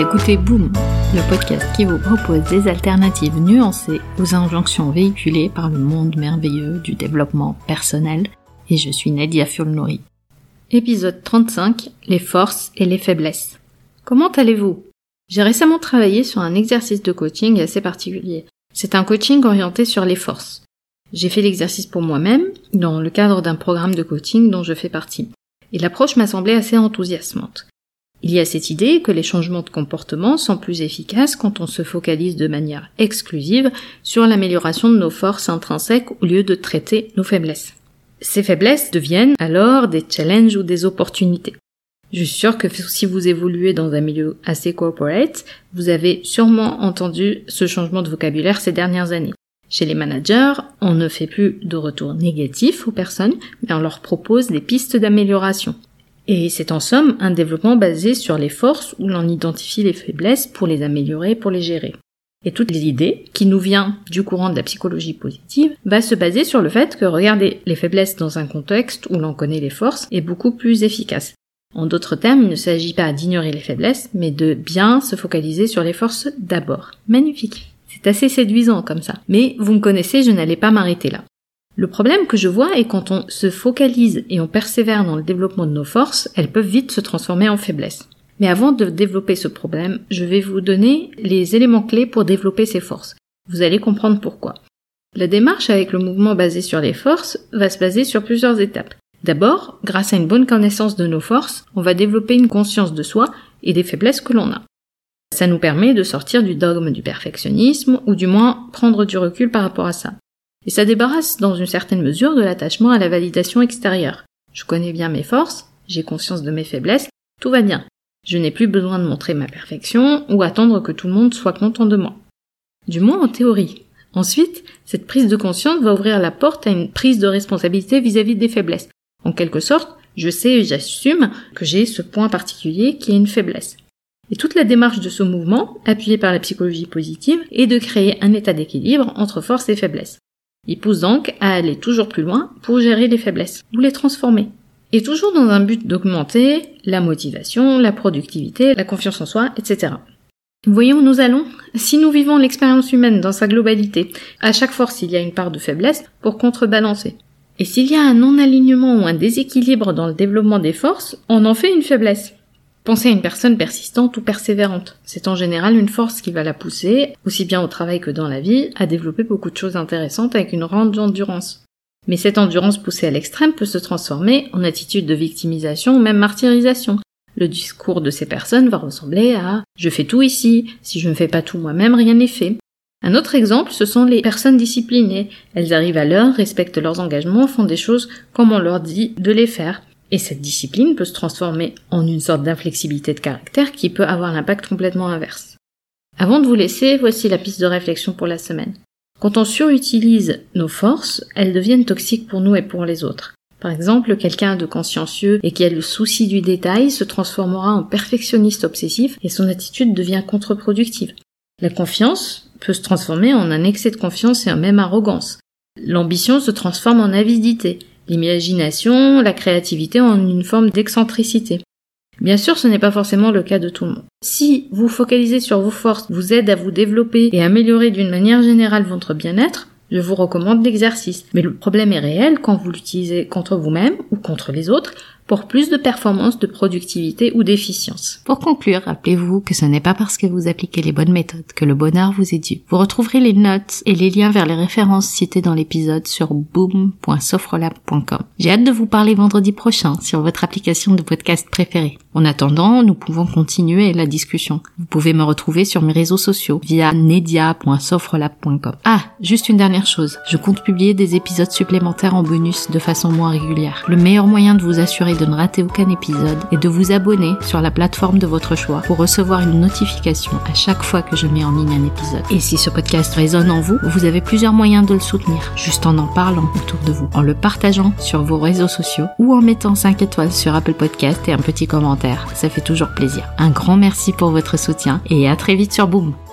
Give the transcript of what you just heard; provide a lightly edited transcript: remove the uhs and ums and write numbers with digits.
écoutez Boom, le podcast qui vous propose des alternatives nuancées aux injonctions véhiculées par le monde merveilleux du développement personnel, et je suis Nadia Fulnori. Épisode 35, les forces et les faiblesses. Comment allez-vous ? J'ai récemment travaillé sur un exercice de coaching assez particulier. C'est un coaching orienté sur les forces. J'ai fait l'exercice pour moi-même, dans le cadre d'un programme de coaching dont je fais partie. Et l'approche m'a semblé assez enthousiasmante. Il y a cette idée que les changements de comportement sont plus efficaces quand on se focalise de manière exclusive sur l'amélioration de nos forces intrinsèques au lieu de traiter nos faiblesses. Ces faiblesses deviennent alors des challenges ou des opportunités. Je suis sûre que si vous évoluez dans un milieu assez corporate, vous avez sûrement entendu ce changement de vocabulaire ces dernières années. Chez les managers, on ne fait plus de retour négatif aux personnes, mais on leur propose des pistes d'amélioration. Et c'est en somme un développement basé sur les forces où l'on identifie les faiblesses pour les améliorer, pour les gérer. Et toute l'idée, qui nous vient du courant de la psychologie positive, va se baser sur le fait que regarder les faiblesses dans un contexte où l'on connaît les forces est beaucoup plus efficace. En d'autres termes, il ne s'agit pas d'ignorer les faiblesses, mais de bien se focaliser sur les forces d'abord. Magnifique. C'est assez séduisant comme ça. Mais vous me connaissez, je n'allais pas m'arrêter là. Le problème que je vois est quand on se focalise et on persévère dans le développement de nos forces, elles peuvent vite se transformer en faiblesses. Mais avant de développer ce problème, je vais vous donner les éléments clés pour développer ces forces. Vous allez comprendre pourquoi. La démarche avec le mouvement basé sur les forces va se baser sur plusieurs étapes. D'abord, grâce à une bonne connaissance de nos forces, on va développer une conscience de soi et des faiblesses que l'on a. Ça nous permet de sortir du dogme du perfectionnisme, ou du moins prendre du recul par rapport à ça. Et ça débarrasse dans une certaine mesure de l'attachement à la validation extérieure. Je connais bien mes forces, j'ai conscience de mes faiblesses, tout va bien. Je n'ai plus besoin de montrer ma perfection ou attendre que tout le monde soit content de moi. Du moins en théorie. Ensuite, cette prise de conscience va ouvrir la porte à une prise de responsabilité vis-à-vis des faiblesses. En quelque sorte, je sais et j'assume que j'ai ce point particulier qui est une faiblesse. Et toute la démarche de ce mouvement, appuyée par la psychologie positive, est de créer un état d'équilibre entre force et faiblesse. Il pousse donc à aller toujours plus loin pour gérer les faiblesses, ou les transformer. Et toujours dans un but d'augmenter la motivation, la productivité, la confiance en soi, etc. Vous voyez où nous allons ? Si nous vivons l'expérience humaine dans sa globalité, à chaque force il y a une part de faiblesse pour contrebalancer. Et s'il y a un non-alignement ou un déséquilibre dans le développement des forces, on en fait une faiblesse. Pensez à une personne persistante ou persévérante. C'est en général une force qui va la pousser, aussi bien au travail que dans la vie, à développer beaucoup de choses intéressantes avec une grande endurance. Mais cette endurance poussée à l'extrême peut se transformer en attitude de victimisation ou même martyrisation. Le discours de ces personnes va ressembler à « je fais tout ici, si je ne fais pas tout moi-même, rien n'est fait ». Un autre exemple, ce sont les personnes disciplinées. Elles arrivent à l'heure, respectent leurs engagements, font des choses comme on leur dit de les faire. Et cette discipline peut se transformer en une sorte d'inflexibilité de caractère qui peut avoir l'impact complètement inverse. Avant de vous laisser, voici la piste de réflexion pour la semaine. Quand on surutilise nos forces, elles deviennent toxiques pour nous et pour les autres. Par exemple, quelqu'un de consciencieux et qui a le souci du détail se transformera en perfectionniste obsessif et son attitude devient contre-productive. La confiance peut se transformer en un excès de confiance et en même arrogance. L'ambition se transforme en avidité. L'imagination, la créativité en une forme d'excentricité. Bien sûr, ce n'est pas forcément le cas de tout le monde. Si vous focalisez sur vos forces, vous aide à vous développer et améliorer d'une manière générale votre bien-être, je vous recommande l'exercice. Mais le problème est réel quand vous l'utilisez contre vous-même ou contre les autres pour plus de performance, de productivité ou d'efficience. Pour conclure, rappelez-vous que ce n'est pas parce que vous appliquez les bonnes méthodes que le bonheur vous est dû. Vous retrouverez les notes et les liens vers les références citées dans l'épisode sur boom.sofrolab.com. J'ai hâte de vous parler vendredi prochain sur votre application de podcast préférée. En attendant, nous pouvons continuer la discussion. Vous pouvez me retrouver sur mes réseaux sociaux via nedia.sofrolab.com. Ah, juste une dernière chose. Je compte publier des épisodes supplémentaires en bonus de façon moins régulière. Le meilleur moyen de vous assurer de ne rater aucun épisode est de vous abonner sur la plateforme de votre choix pour recevoir une notification à chaque fois que je mets en ligne un épisode. Et si ce podcast résonne en vous, vous avez plusieurs moyens de le soutenir, juste en parlant autour de vous, en le partageant sur vos réseaux sociaux ou en mettant 5 étoiles sur Apple Podcast et un petit commentaire. Ça fait toujours plaisir. Un grand merci pour votre soutien et à très vite sur Boom.